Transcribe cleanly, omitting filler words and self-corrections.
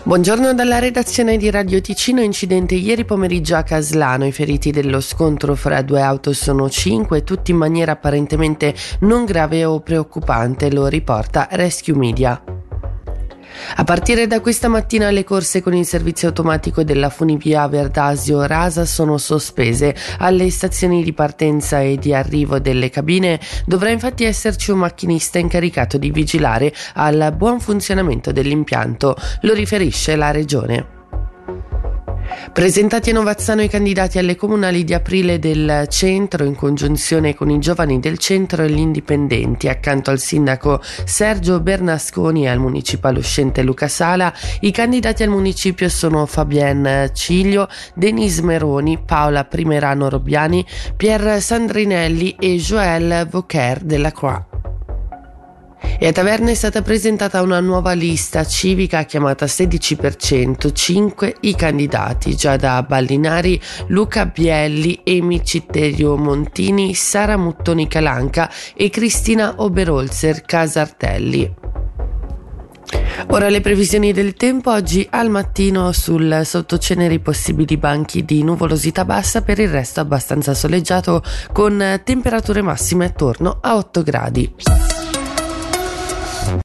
Buongiorno dalla redazione di Radio Ticino. Incidente ieri pomeriggio a Caslano. I feriti dello scontro fra due auto sono 5, tutti in maniera apparentemente non grave o preoccupante, lo riporta Rescue Media. A partire da questa mattina le corse con il servizio automatico della funivia Verdasio Rasa sono sospese. Alle stazioni di partenza e di arrivo delle cabine dovrà infatti esserci un macchinista incaricato di vigilare al buon funzionamento dell'impianto, lo riferisce la Regione. Presentati a Novazzano i candidati alle comunali di aprile del centro in congiunzione con i giovani del centro e gli indipendenti. Accanto al sindaco Sergio Bernasconi e al municipale uscente Luca Sala, i candidati al municipio sono Fabienne Ciglio, Denise Meroni, Paola Primerano Robbiani, Pier Sandrinelli e Joël Vauquer della Croix. E a Taverna è stata presentata una nuova lista civica chiamata 16%, 5 i candidati: Giada Ballinari, Luca Bielli, Emi Citterio Montini, Sara Muttoni Calanca e Cristina Oberholzer Casartelli. Ora le previsioni del tempo. Oggi al mattino sul sottoceneri possibili banchi di nuvolosità bassa, per il resto abbastanza soleggiato con temperature massime attorno a 8 gradi.